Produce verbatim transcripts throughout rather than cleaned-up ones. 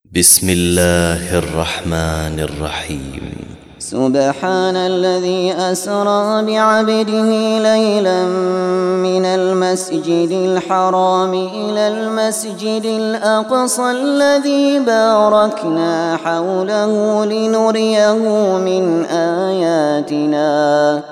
بسم الله الرحمن الرحيم. سبحان الذي أسرى بعبده ليلا من المسجد الحرام إلى المسجد الأقصى الذي باركنا حوله لنريه من آياتنا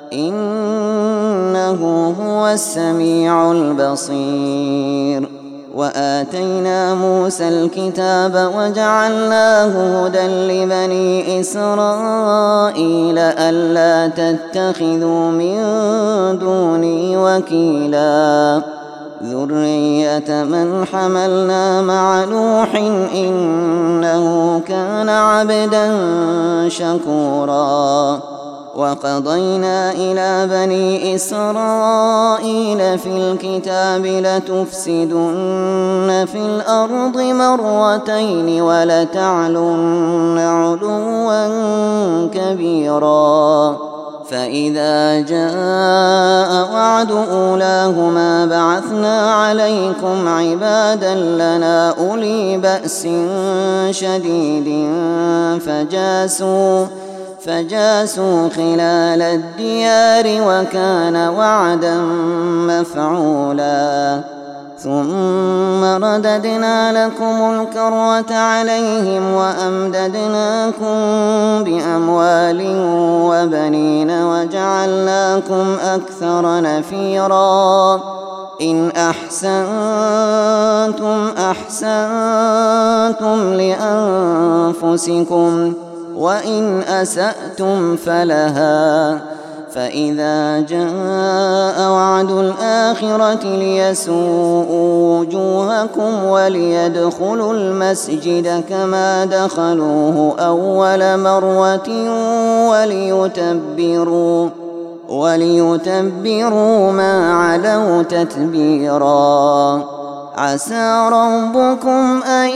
إنه هو السميع البصير. وآتينا موسى الكتاب وجعلناه هدى لبني إسرائيل ألا تتخذوا من دوني وكيلا ذرية من حملنا مع نوح إنه كان عبدا شكورا. وقضينا إلى بني إسرائيل في الكتاب لتفسدن في الأرض مرتين ولتعلن علوا كبيرا. فإذا جاء وعد أولاهما بعثنا عليكم عبادا لنا أولي بأس شديد فجاسوا فجاسوا خلال الديار وكان وعدا مفعولا. ثم رددنا لكم الكرة عليهم وأمددناكم بأموال وبنين وجعلناكم أكثر نفيرا. إن أحسنتم أحسنتم لأنفسكم وإن أسأتم فلها. فإذا جاء وعد الآخرة ليسوءوا وجوهكم وليدخلوا المسجد كما دخلوه أول مرة وليتبروا وليتبروا ما علوا تتبيرا. عسى ربكم أن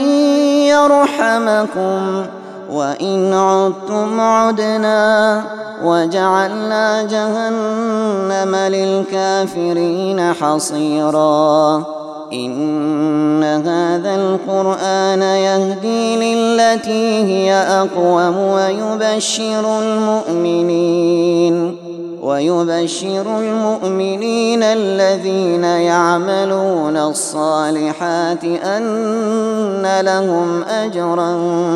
يرحمكم وإن عدتم عدنا وجعلنا جهنم للكافرين حصيرا. إن هذا القرآن يهدي للتي هي أقوم ويبشر المؤمنين ويبشر المؤمنين الذين يعملون الصالحات أن لهم أجرا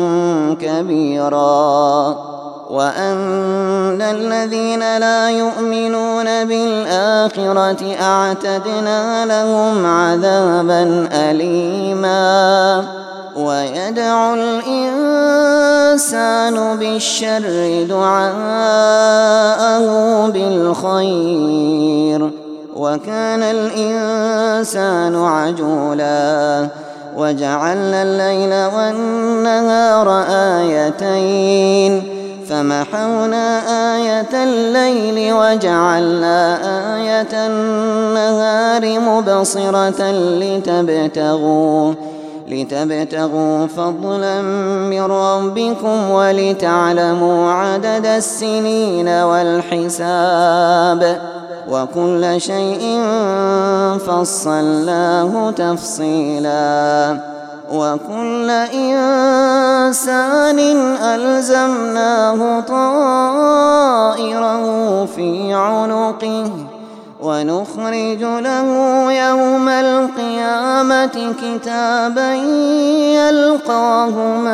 كبيرا. وأن الذين لا يؤمنون بالآخرة أعتدنا لهم عذابا أليما. ويدعو الإنسان بالشر دعاءه بالخير وكان الإنسان عجولا. وجعلنا الليل والنهار آيتين فمحونا آية الليل وجعلنا آية النهار مبصرة لتبتغوا لتبتغوا فضلا من ربكم ولتعلموا عدد السنين والحساب وكل شيء فصلناه تفصيلا. وكل إنسان ألزمناه طائره في عنقه ونخرج له يوم القيامة كتابا يلقاه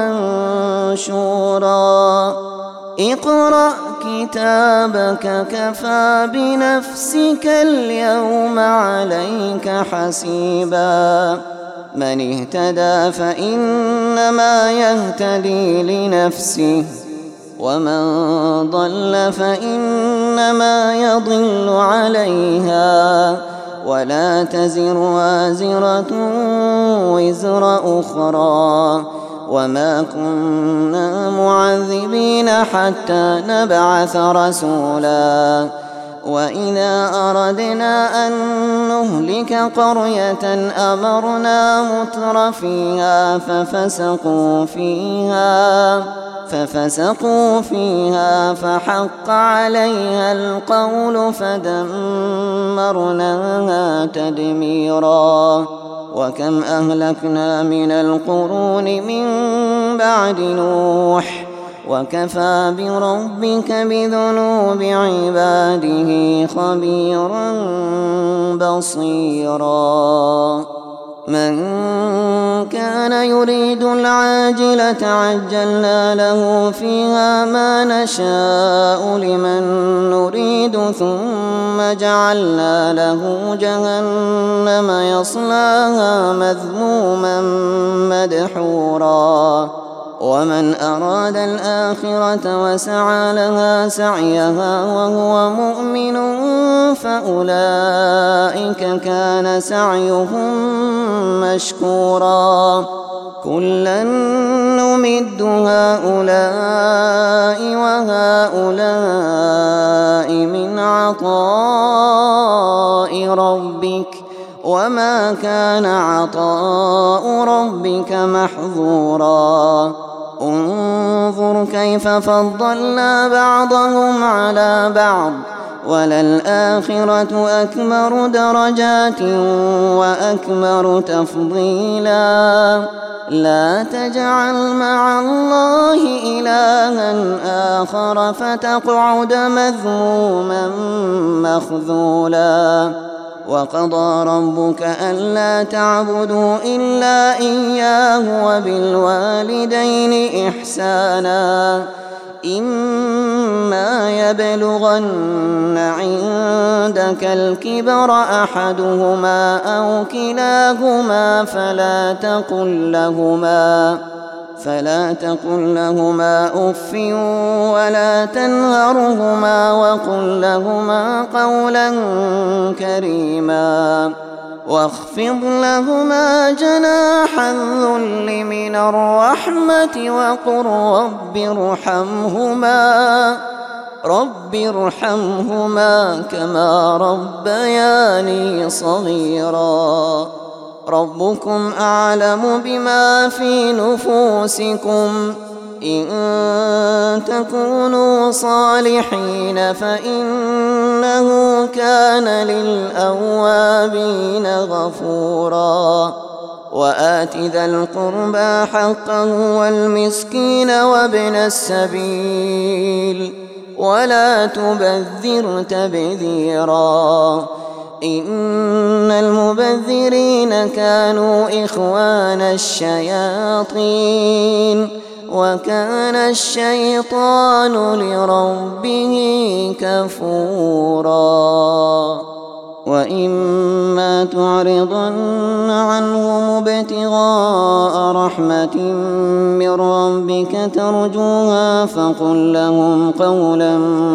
منشورا. اقرأ كتابك كفى بنفسك اليوم عليك حسيبا. من اهتدى فإنما يهتدي لنفسه ومن ضل فإنما يضل عليها ولا تزر وازرة وزر أخرى وما كنا معذبين حتى نبعث رسولا. وإذا أردنا أن نهلك قرية أمرنا مترفيها ففسقوا فيها ففسقوا فيها فحق عليها القول فدمرناها تدميرا. وكم أهلكنا من القرون من بعد نوح وكفى بربك بذنوب عباده خبيرا بصيرا من كان يريد العاجلة عجلنا له فيها ما نشاء لمن نريد ثم جعلنا له جهنم يصلاها مذموما مدحورا ومن أراد الآخرة وسعى لها سعيها وهو مؤمن فأولئك كان سعيهم مشكورا كلا نمد هؤلاء وهؤلاء من عطاء ربك وما كان عطاء ربك محظورا انظر كيف فضلنا بعضهم على بعض وللآخرة أكبر درجات وأكبر تفضيلا لا تجعل مع الله إلها آخر فتقعد مذموما مخذولا وقضى ربك ألا تعبدوا إلا إياه وبالوالدين إحسانا إما يبلغن عندك الكبر أحدهما أو كلاهما فلا تقل لهما فلا تقل لهما أف ولا تنهرهما وقل لهما قولا كريما واخفض لهما جناح الذل من الرحمة وقل رب ارحمهما رب ارحمهما كما ربياني صغيرا ربكم أعلم بما في نفوسكم إن تكونوا صالحين فإنه كان للأوابين غفورا وآت ذا القربى حقه والمسكين وابن السبيل ولا تبذر تبذيرا إن المبذرين كانوا إخوان الشياطين وكان الشيطان لربه كفورا وإما تعرضن عنهم ابتغاء رحمة من ربك ترجوها فقل لهم قولا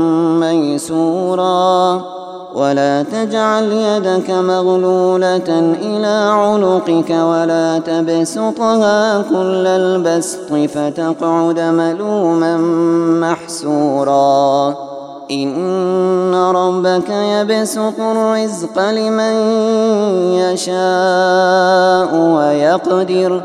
ميسورا ولا تجعل يدك مغلولة إلى عنقك ولا تبسطها كل البسط فتقعد ملوما محسورا إن ربك يبسط الرزق لمن يشاء ويقدر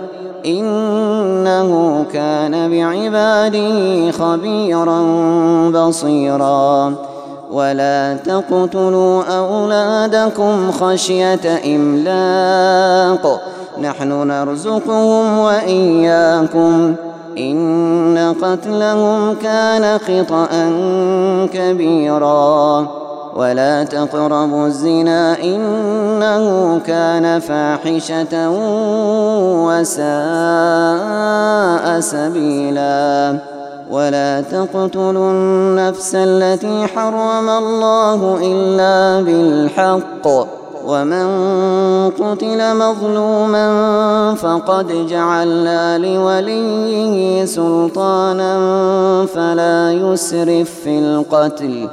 إنه كان بعباده خبيرا بصيرا ولا تقتلوا أولادكم خشية إملاق نحن نرزقهم وإياكم إن قتلهم كان خطأ كبيرا ولا تقربوا الزنا إنه كان فاحشة وساء سبيلا ولا تقتلوا النفس التي حرم الله إلا بالحق ومن قتل مظلوما فقد جعلنا لوليه سلطانا فلا يسرف في القتل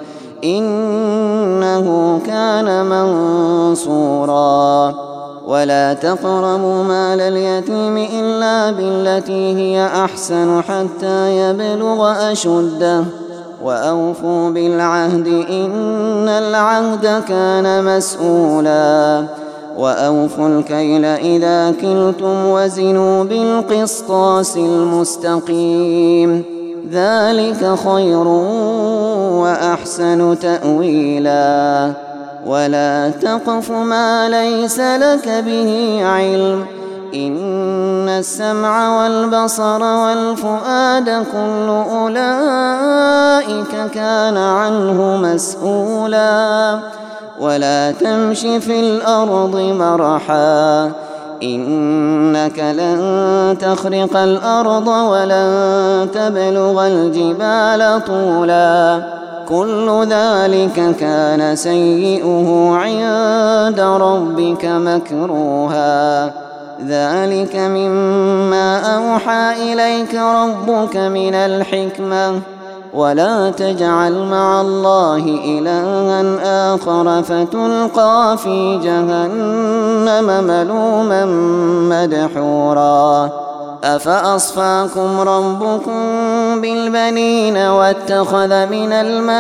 إنه كان منصورا ولا تقربوا مال اليتيم إلا بالتي هي أحسن حتى يبلغ أشده وأوفوا بالعهد إن العهد كان مسؤولا وأوفوا الكيل إذا كلتم وزنوا بالقسطاس المستقيم ذلك خير وأحسن تأويلا ولا تقف ما ليس لك به علم إن السمع والبصر والفؤاد كل أولئك كان عنه مسؤولا ولا تمش في الأرض مرحا إنك لن تخرق الأرض ولن تبلغ الجبال طولا كل ذلك كان سيئه عند ربك مكروها ذلك مما أوحى إليك ربك من الحكمة ولا تجعل مع الله إلها آخر فتلقى في جهنم ملوما مدحورا أفأصفاكم ربكم بالبنين واتخذ من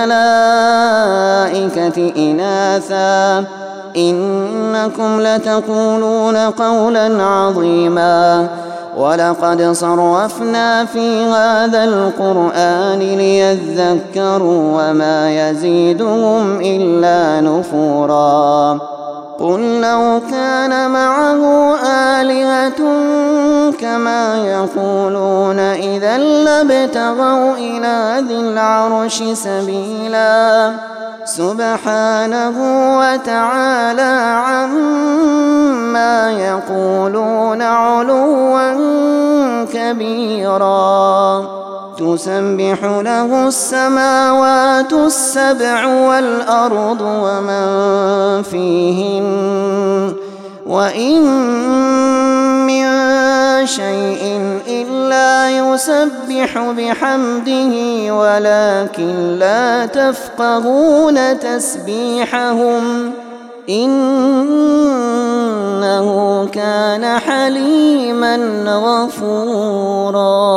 الملائكة إناثا إنكم لتقولون قولا عظيما ولقد صرفنا في هذا القرآن ليذكروا وما يزيدهم إلا نفورا قل لو كان معه آلهة كما يقولون إذا لابتغوا إلى ذي العرش سبيلا سبحانه وتعالى عما يقولون علوا كبيرا تسبح له السماوات السبع والأرض ومن فيهن وإن من شيء إلا يسبح بحمده ولكن لا تفقهون تسبيحهم إنه كان حليما غفورا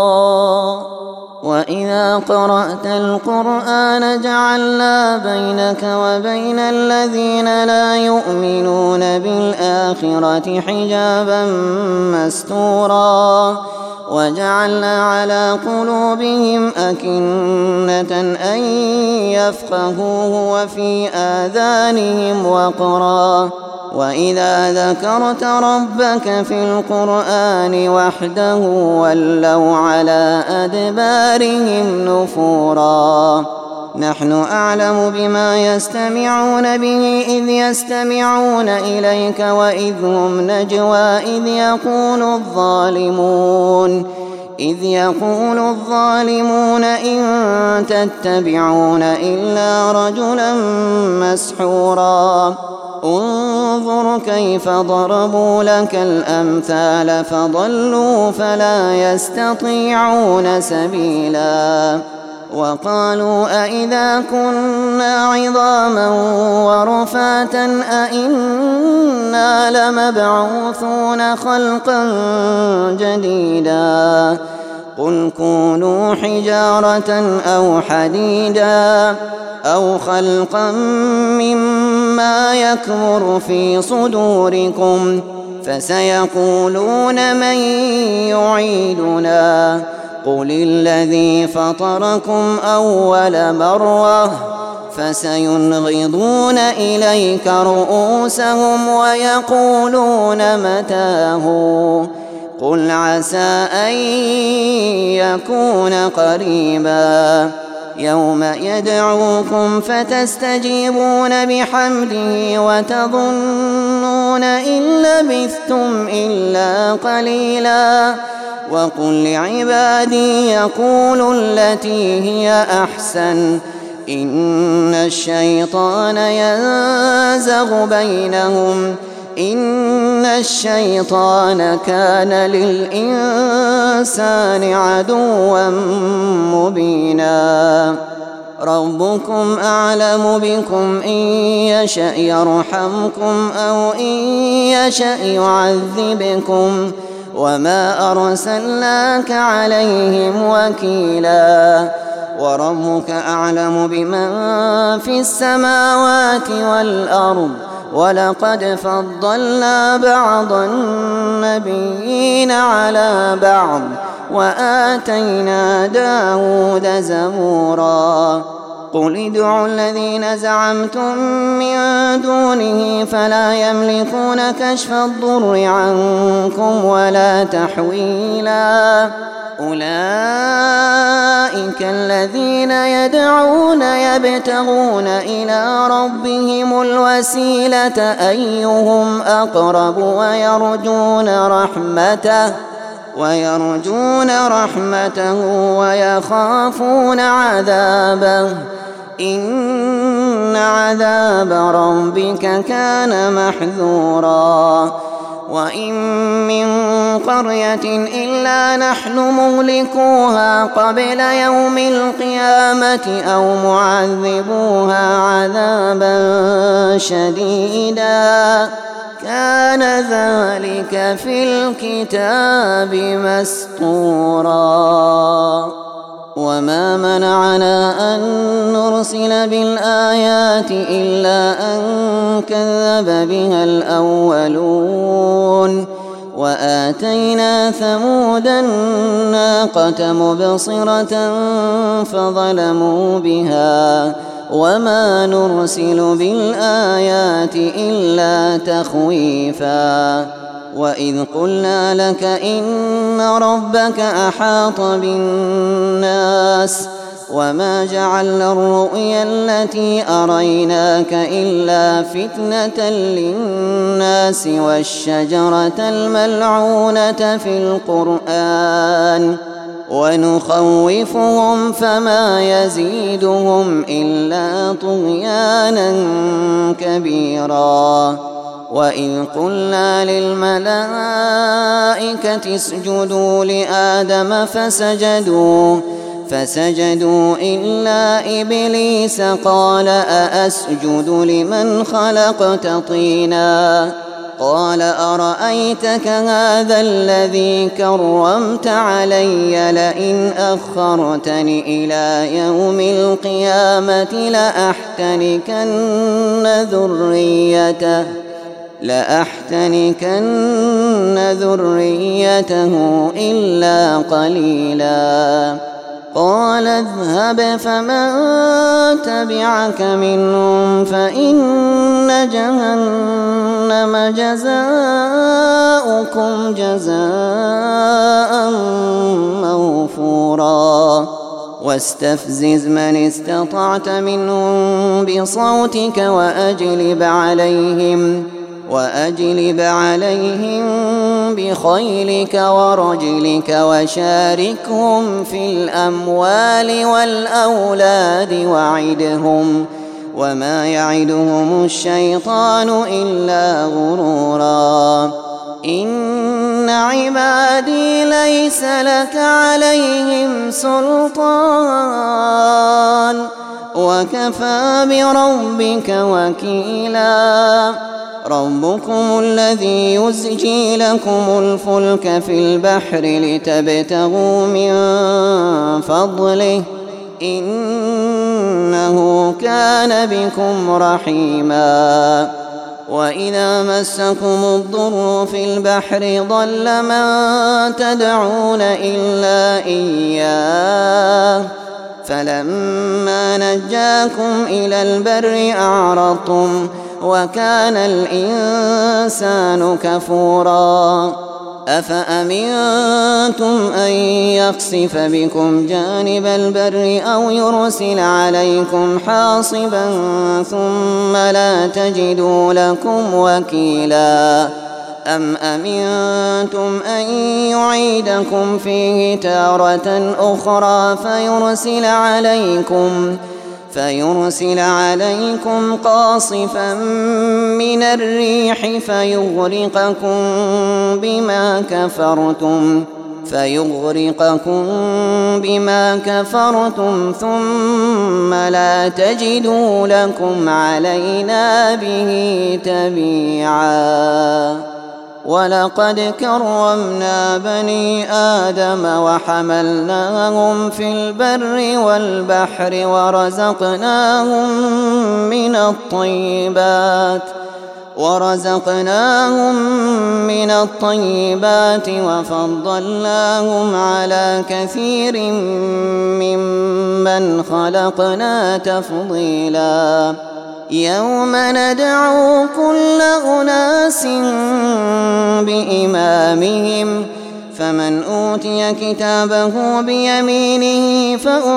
وإذا قرأت القرآن جعلنا بينك وبين الذين لا يؤمنون بالآخرة حجابا مستورا وجعلنا على قلوبهم أكنة أن يفقهوه وفي آذانهم وقرا وإذا ذكرت ربك في القرآن وحده ولوا على أدبارهم نفورا نحن أعلم بما يستمعون به إذ يستمعون إليك وإذ هم نجوى إذ يقول الظالمون إذ يقول الظالمون إن تتبعون إلا رجلا مسحورا انظر كيف ضربوا لك الأمثال فضلوا فلا يستطيعون سبيلا وقالوا أئذا كنا عظاما ورفاتا أئنا لمبعوثون خلقا جديدا قل كونوا حجارة أو حديدا أو خلقا مما يكبر في صدوركم فسيقولون من يعيدنا قل الذي فطركم أول مرة فسينغضون إليك رؤوسهم ويقولون متاه قل عسى أن يكون قريبا يوم يدعوكم فتستجيبون بحمده وتظنون إن لبثتم إلا قليلا وقل لعبادي يقولوا التي هي أحسن إن الشيطان ينزغ بينهم إن الشيطان كان للإنسان عدوا مبينا ربكم أعلم بكم إن يشأ يرحمكم أو إن يشأ يعذبكم وما أرسلناك عليهم وكيلا وربك أعلم بمن في السماوات والأرض ولقد فضلنا بعض النبيين على بعض وآتينا داود زبورا قل ادعوا الذين زعمتم من دونه فلا يملكون كشف الضر عنكم ولا تحويلا أولئك الذين يدعون يبتغون إلى ربهم الوسيلة أيهم أقرب ويرجون رحمته ويرجون رحمته ويخافون عذابه إن عذاب ربك كان محذورا وإن من قرية إلا نحن مهلكوها قبل يوم القيامة أو معذبوها عذابا شديدا كان ذلك في الكتاب مسطورا وما منعنا أن نرسل بالآيات إلا أن كذب بها الأولون وآتينا ثمود الناقة مبصرة فظلموا بها وما نرسل بالآيات إلا تخويفا وإذ قلنا لك إن ربك أحاط بالناس وما جعلنا الرؤيا التي أريناك إلا فتنة للناس والشجرة الملعونة في القرآن ونخوفهم فما يزيدهم إلا طغيانا كبيرا وإذ قلنا للملائكة اسجدوا لآدم فسجدوا فسجدوا إلا إبليس قال أأسجد لمن خلقت طينا قال أرأيتك هذا الذي كرمت علي لئن أخرتني إلى يوم القيامة لأحتنكن ذريته لأحتنكن ذريته إلا قليلا قال اذهب فمن تبعك منهم فإن جهنم جزاؤكم جزاء موفورا واستفزز من استطعت منهم بصوتك وأجلب عليهم وأجلب عليهم بخيلك ورجلك وشاركهم في الأموال والأولاد وعدهم وما يعدهم الشيطان إلا غرورا إن عبادي ليس لك عليهم سلطان وكفى بربك وكيلا ربكم الذي يزجي لكم الفلك في البحر لتبتغوا من فضله إنه كان بكم رحيما وإذا مسكم الضر في البحر ضل من تدعون إلا إياه فلما نجاكم إلى البر أعرضتم وكان الإنسان كفورا أفأمنتم أن يخسف بكم جانب البر أو يرسل عليكم حاصبا ثم لا تجدوا لكم وكيلا أم أمنتم أن يعيدكم فيه تارة أخرى فيرسل عليكم فيرسل عليكم قاصفا من الريح فيغرقكم بما كفرتم فيغرقكم بما كفرتم ثم لا تجدوا لكم علينا به تبيعا ولقد كرمنا بني آدم وحملناهم في البر والبحر ورزقناهم من الطيبات ورزقناهم من الطيبات وفضلناهم على كثير ممن خلقنا تفضيلا يوم ندعو كل أناس بإمامهم فمن أوتي كتابه بيمينه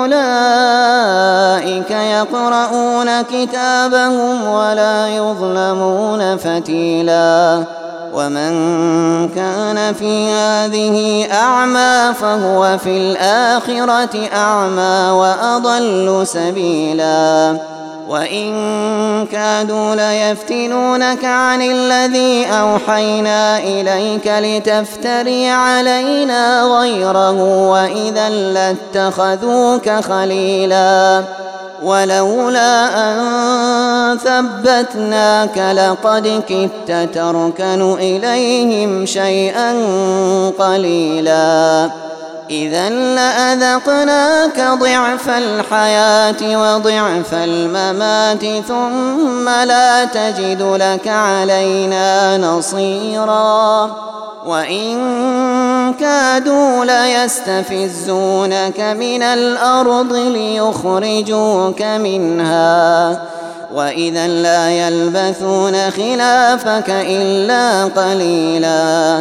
فأولئك يقرؤون كتابهم ولا يظلمون فتيلا ومن كان في هذه أعمى فهو في الآخرة أعمى وأضل سبيلا وإن كادوا ليفتنونك عن الذي أوحينا إليك لتفتري علينا غيره وإذا لاتخذوك خليلا ولولا أن ثبتناك لقد كدت تركن إليهم شيئا قليلا إذا لأذقناك ضعف الحياة وضعف الممات ثم لا تجد لك علينا نصيرا وإن كادوا ليستفزونك من الأرض ليخرجوك منها وإذا لا يلبثون خلافك إلا قليلا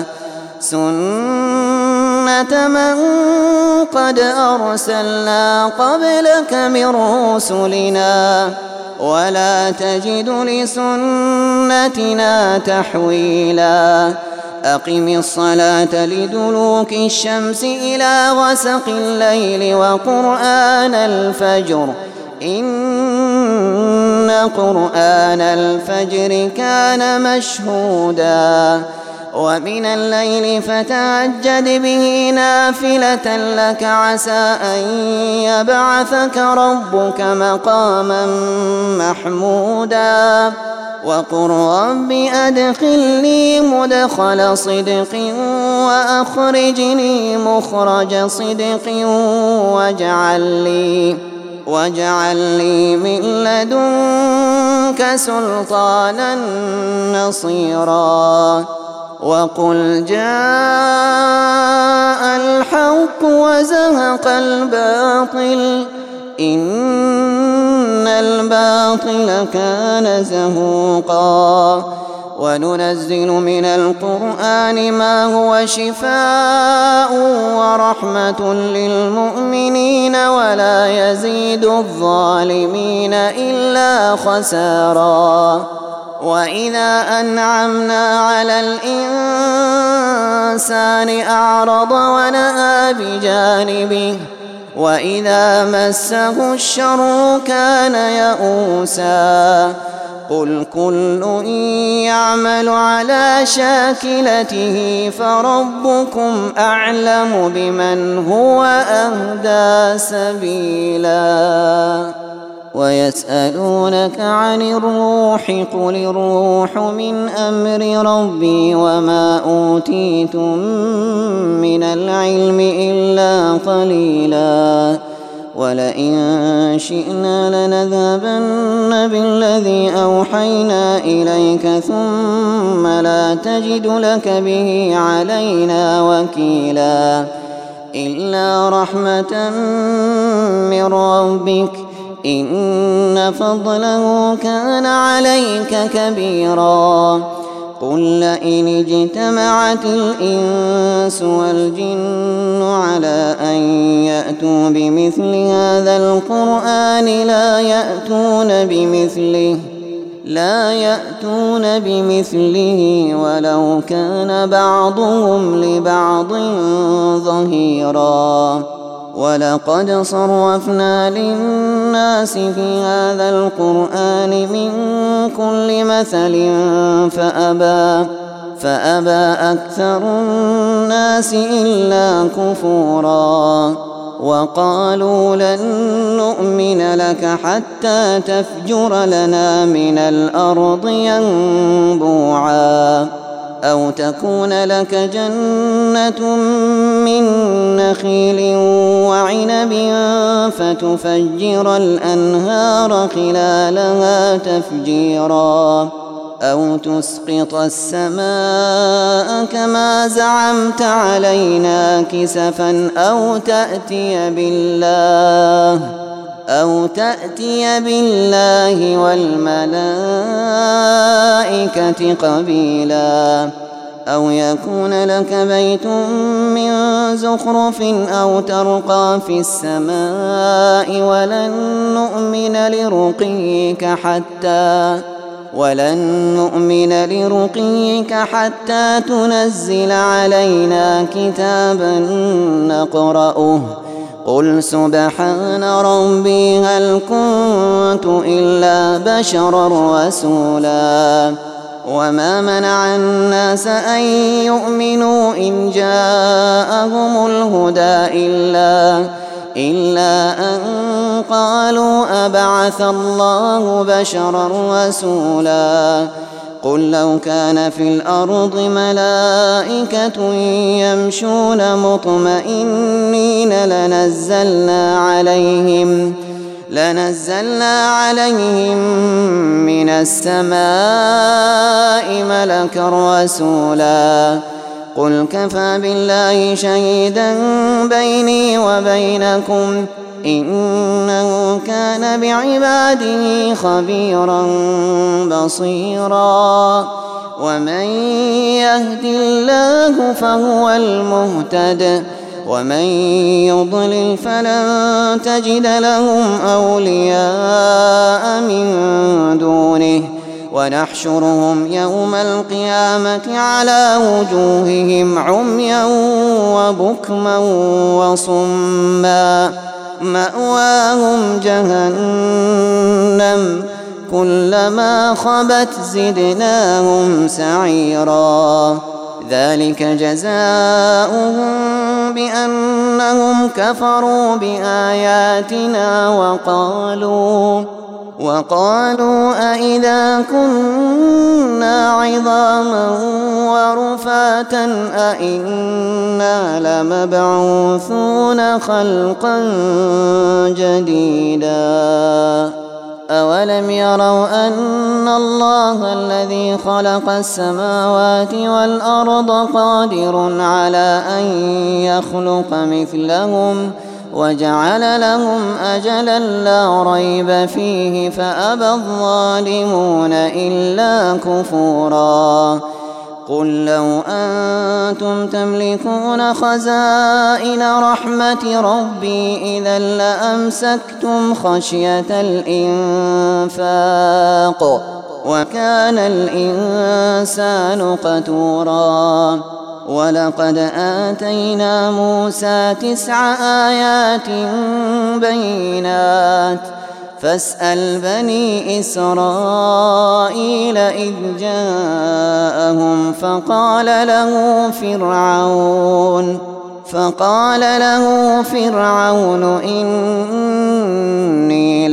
سنة من قد أرسلنا قبلك من رسلنا ولا تجد لسنتنا تحويلا أقم الصلاة لدلوك الشمس إلى غسق الليل وقرآن الفجر إن قرآن الفجر كان مشهودا ومن الليل فتهجد به نافلة لك عسى أن يبعثك ربك مقاما محمودا وقل رب أدخلني مدخل صدق وأخرجني مخرج صدق واجعل لي واجعل لي من لدنك سلطانا نصيرا وقل جاء الحق وزهق الباطل إن الباطل كان زهوقا وننزل من القرآن ما هو شفاء ورحمة للمؤمنين ولا يزيد الظالمين إلا خسارا وإذا أنعمنا على الإنسان أعرض ونأى بجانبه وإذا مسه الشر كان يئوسا قل كل يعمل على شاكلته فربكم أعلم بمن هو أهدى سبيلا ويسألونك عن الروح قل الروح من أمر ربي وما أوتيتم من العلم إلا قليلا ولئن شئنا لنذهبن بالذي أوحينا إليك ثم لا تجد لك به علينا وكيلا إلا رحمة من ربك إن فضله كان عليك كبيرا قل لئن اجتمعت الإنس والجن على أن يأتوا بمثل هذا القرآن لا يأتون بمثله لا يأتون بمثله ولو كان بعضهم لبعض ظهيرا ولقد صرفنا للناس في هذا القرآن من كل مثل فأبى فأبى أكثر الناس إلا كفورا وقالوا لن نؤمن لك حتى تفجر لنا من الأرض ينبوعا أو تكون لك جنة من نخيل وعنب فتفجر الأنهار خلالها تفجيرا أو تسقط السماء كما زعمت علينا كسفا أو تأتي بالله أو تأتي بالله والملائكة قبيلا أو يكون لك بيت من زخرف أو ترقى في السماء ولن نؤمن لرقيك حتى ولن نؤمن لرقيك حتى تنزل علينا كتابا نقرأه قل سبحان ربي هل كنت إلا بشرا رسولا وما منع الناس أن يؤمنوا إن جاءهم الهدى إلا إلا أن قالوا أبعث الله بشرا رسولا قل لو كان في الأرض ملائكة يمشون مطمئنين لنزلنا عليهم لنزلنا عليهم من السماء ملكا رسولا قل كفى بالله شهيدا بيني وبينكم إنه كان بعباده خبيرا بصيرا ومن يهد الله فهو المهتد ومن يضلل فلن تجد لهم أولياء من دونه ونحشرهم يوم القيامة على وجوههم عميا وبكما وصما مأواهم جهنم كلما خبت زدناهم سعيرا ذلك جزاؤهم بأنهم كفروا بآياتنا وقالوا وقالوا أئذا كنا عظاما ورفاتا أئنا لمبعوثون خلقا جديدا أولم يروا أن الله الذي خلق السماوات والأرض قادر على أن يخلق مثلهم وجعل لهم أجلا لا ريب فيه فأبى الظالمون إلا كفورا قل لو أنتم تملكون خزائن رحمة ربي إذا لأمسكتم خشية الإنفاق وكان الإنسان قتورا ولقد آتينا موسى تسع آيات بينات فاسأل بني إسرائيل إذ جاءهم فقال له فرعون فقال له فرعون إني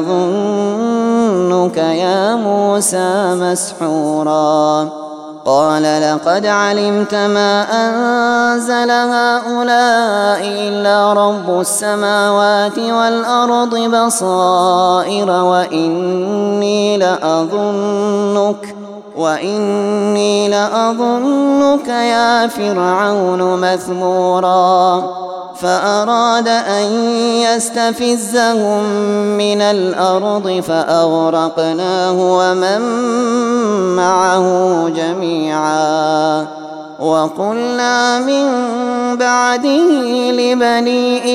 لأظنك يا موسى مسحورا قال لقد علمت ما أنزل هؤلاء إلا رب السماوات والأرض بصائر وإني لأظنك وإني لأظنك يا فرعون مثمورا فأراد أن يستفزهم من الأرض فأغرقناه ومن معه جميعا وقلنا من بعده لبني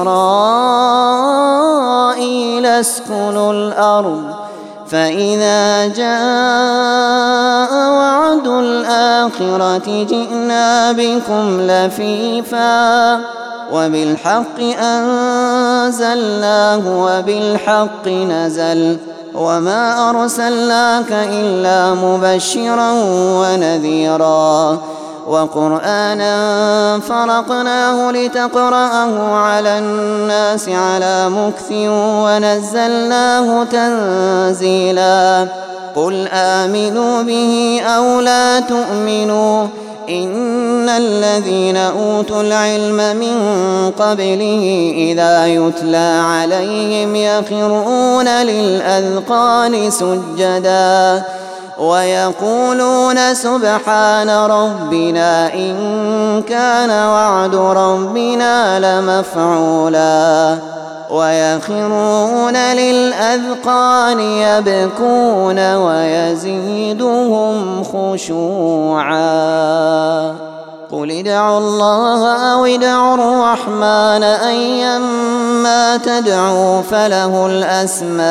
إسرائيل اسكنوا الأرض فإذا جاء وعد الآخرة جئنا بكم لفيفا وبالحق أنزلناه وبالحق نزل وما أرسلناك إلا مبشرا ونذيرا وقرآنا فرقناه لتقرأه على الناس على مكث ونزلناه تنزيلا قل آمنوا به أو لا تؤمنوا إن الذين أوتوا العلم من قبله إذا يتلى عليهم يخرون للأذقان سجدا ويقولون سبحان ربنا إن كان وعد ربنا لمفعولا ويخرون للأذقان يبكون ويزيدهم خشوعا قل ادعوا الله أو ادعوا الرحمن أيما تدعوا فله الأسماء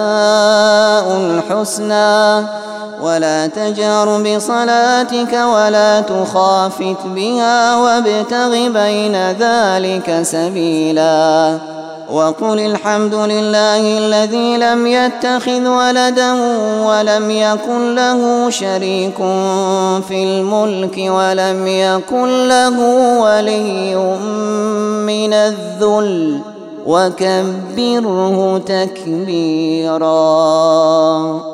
الحسنى ولا تجهر بصلاتك ولا تخافت بها وابتغ بين ذلك سبيلا وقل الحمد لله الذي لم يتخذ ولدا ولم يكن له شريك في الملك ولم يكن له ولي من الذل وكبره تكبيرا.